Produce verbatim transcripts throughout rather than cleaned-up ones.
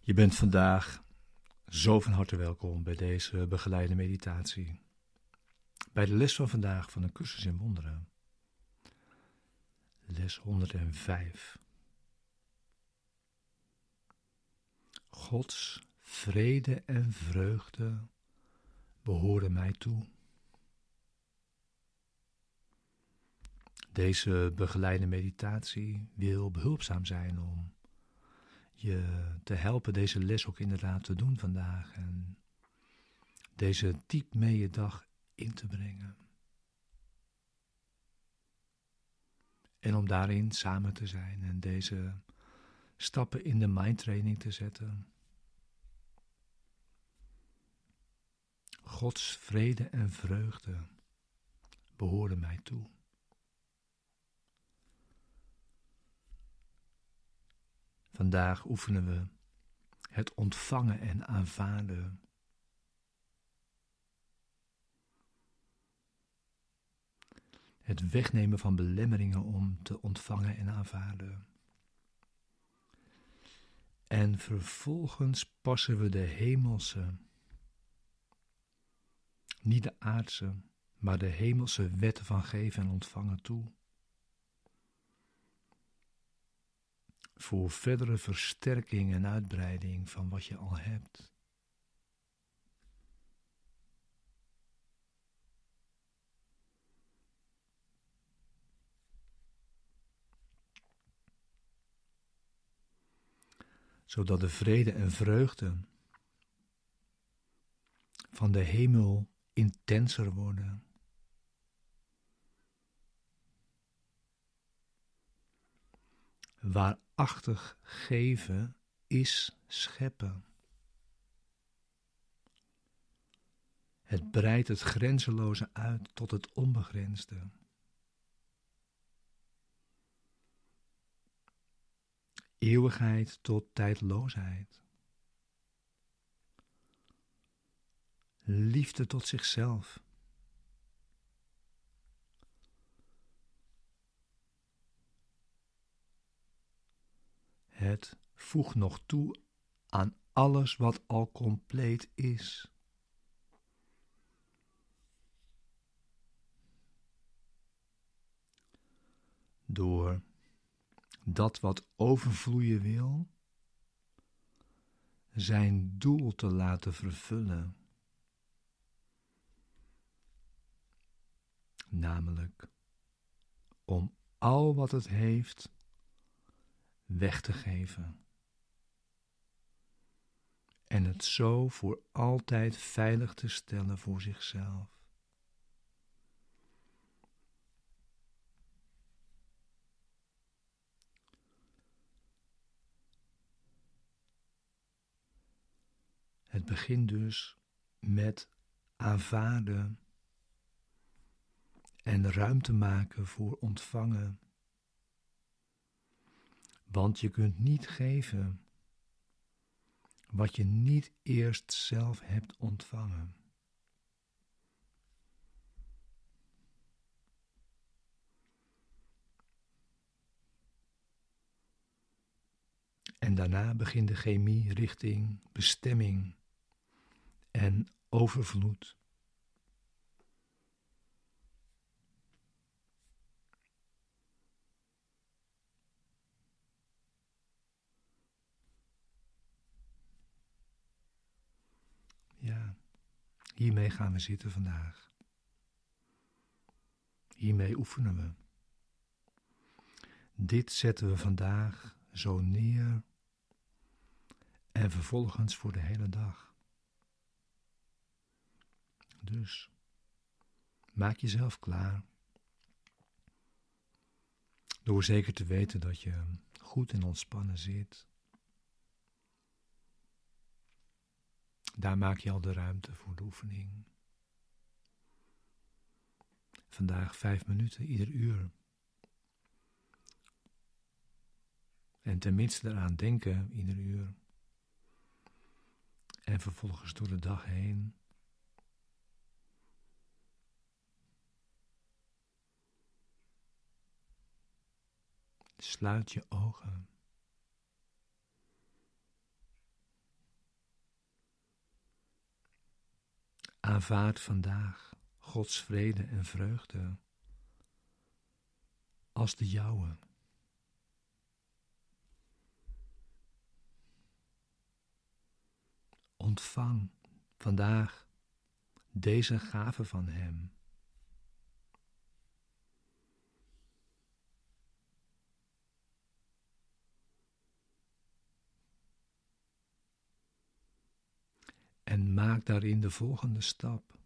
Je bent vandaag zo van harte welkom bij deze begeleide meditatie. Bij de les van vandaag van een cursus in wonderen. Les honderdvijf. Gods vrede en vreugde behoren mij toe. Deze begeleide meditatie wil behulpzaam zijn om je te helpen deze les ook inderdaad te doen vandaag en deze diep mee je dag in te brengen. En om daarin samen te zijn en deze stappen in de mindtraining te zetten. Gods vrede en vreugde behoren mij toe. Vandaag oefenen we het ontvangen en aanvaarden. Het wegnemen van belemmeringen om te ontvangen en aanvaarden. En vervolgens passen we de hemelse, niet de aardse, maar de hemelse wetten van geven en ontvangen toe. Voor verdere versterking en uitbreiding van wat je al hebt. Zodat de vrede en vreugde van de hemel intenser worden. Waarachtig geven is scheppen. Het breidt het grenzeloze uit tot het onbegrensde. Eeuwigheid tot tijdloosheid. Liefde tot zichzelf. Het voegt nog toe aan alles wat al compleet is. Door dat wat overvloeien wil, zijn doel te laten vervullen. Namelijk om al wat het heeft weg te geven. En het zo voor altijd veilig te stellen voor zichzelf. Het begint dus met aanvaarden en ruimte maken voor ontvangen. Want je kunt niet geven wat je niet eerst zelf hebt ontvangen. En daarna begint de chemie richting bestemming en overvloed. Ja, hiermee gaan we zitten vandaag. Hiermee oefenen we. Dit zetten we vandaag zo neer en vervolgens voor de hele dag. Dus maak jezelf klaar. Door zeker te weten dat je goed en ontspannen zit. Daar maak je al de ruimte voor de oefening. Vandaag vijf minuten ieder uur. En tenminste eraan denken ieder uur. En vervolgens door de dag heen. Sluit je ogen. aanvaard vandaag Gods vrede en vreugde als de jouwe. Ontvang vandaag deze gave van Hem. En maak daarin de volgende stap.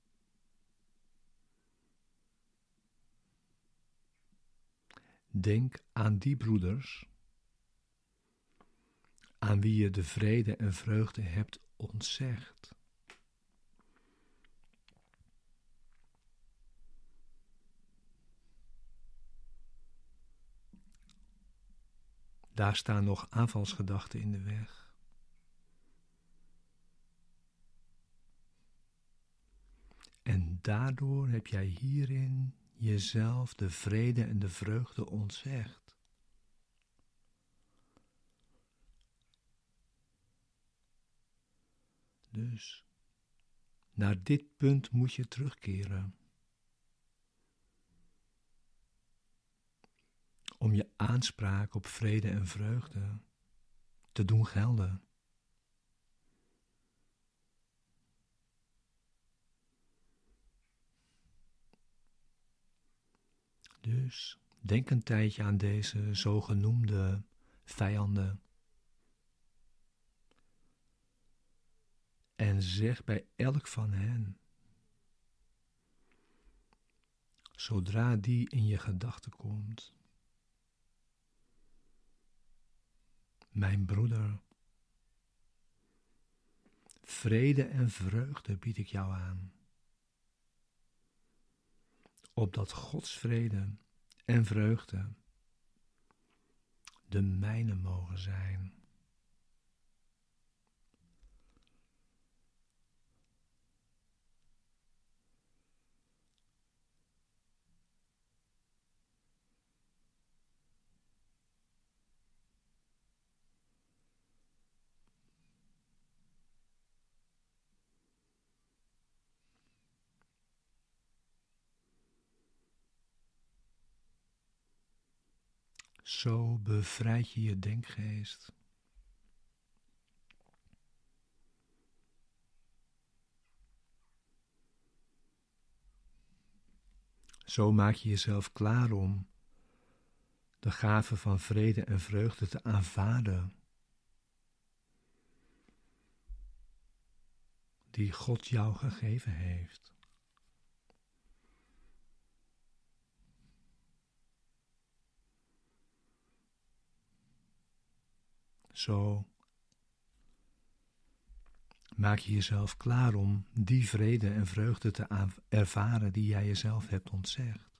Denk aan die broeders aan wie je de vrede en vreugde hebt ontzegd. Daar staan nog aanvalsgedachten in de weg. En daardoor heb jij hierin jezelf de vrede en de vreugde ontzegd. Dus naar dit punt moet je terugkeren. Om je aanspraak op vrede en vreugde te doen gelden. Dus denk een tijdje aan deze zogenoemde vijanden. En zeg bij elk van hen, zodra die in je gedachten komt: mijn broeder, vrede en vreugde bied ik jou aan. Opdat Gods vrede en vreugde de mijne mogen zijn. Zo bevrijd je je denkgeest. Zo maak je jezelf klaar om de gave van vrede en vreugde te aanvaarden, die God jou gegeven heeft. Zo maak je jezelf klaar om die vrede en vreugde te ervaren die jij jezelf hebt ontzegd.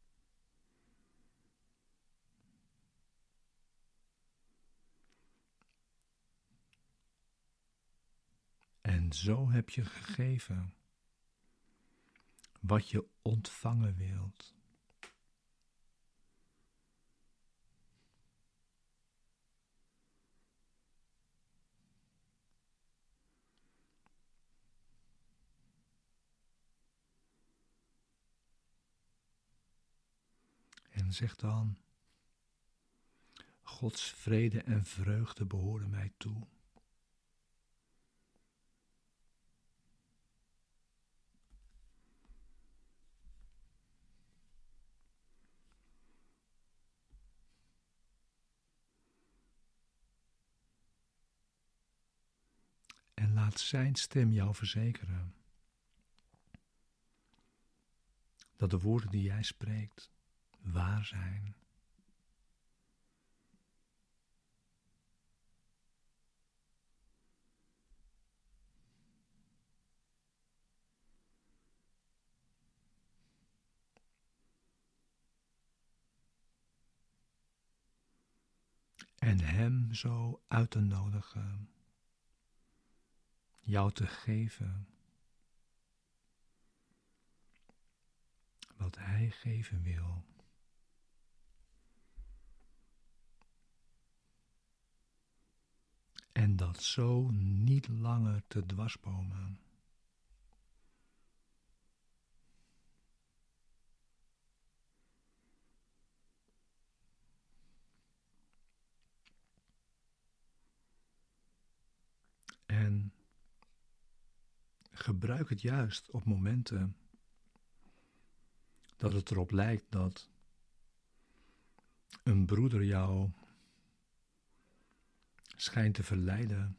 En zo heb je gegeven wat je ontvangen wilt. En zeg dan: Gods vrede en vreugde behoren mij toe. En laat zijn stem jou verzekeren dat de woorden die jij spreekt waar zijn. En hem zo uit te nodigen, jou te geven wat hij geven wil. En dat zo niet langer te dwarsbomen. Gebruik het juist op momenten dat het erop lijkt dat een broeder jou schijnt te verleiden.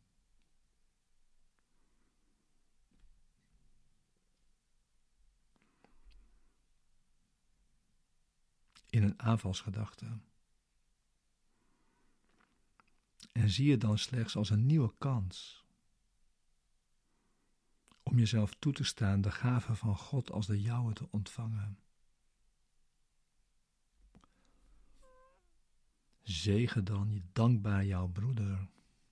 In een aanvalsgedachte. En zie het dan slechts als een nieuwe kans om jezelf toe te staan de gave van God als de jouwe te ontvangen. Zegen dan dankbaar jouw broeder.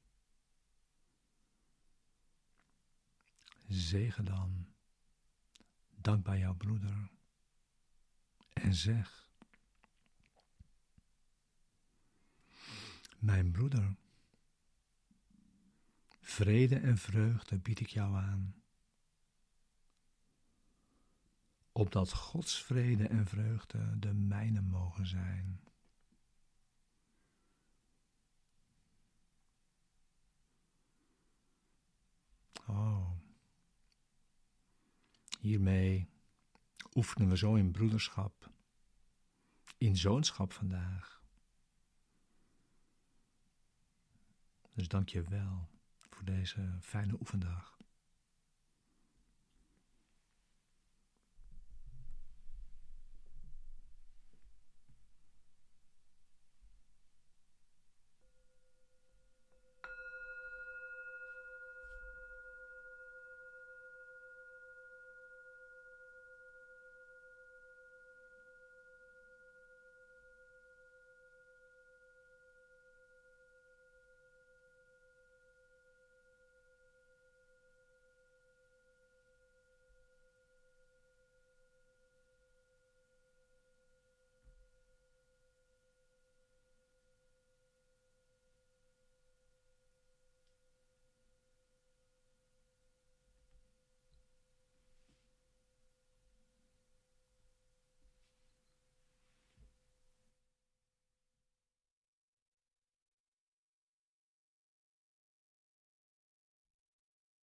Zegen dan dankbaar jouw broeder. En zeg: mijn broeder, vrede en vreugde bied ik jou aan. Opdat Gods vrede en vreugde de mijne mogen zijn. Oh, hiermee oefenen we zo in broederschap, in zoonschap vandaag. Dus dank je wel voor deze fijne oefendag.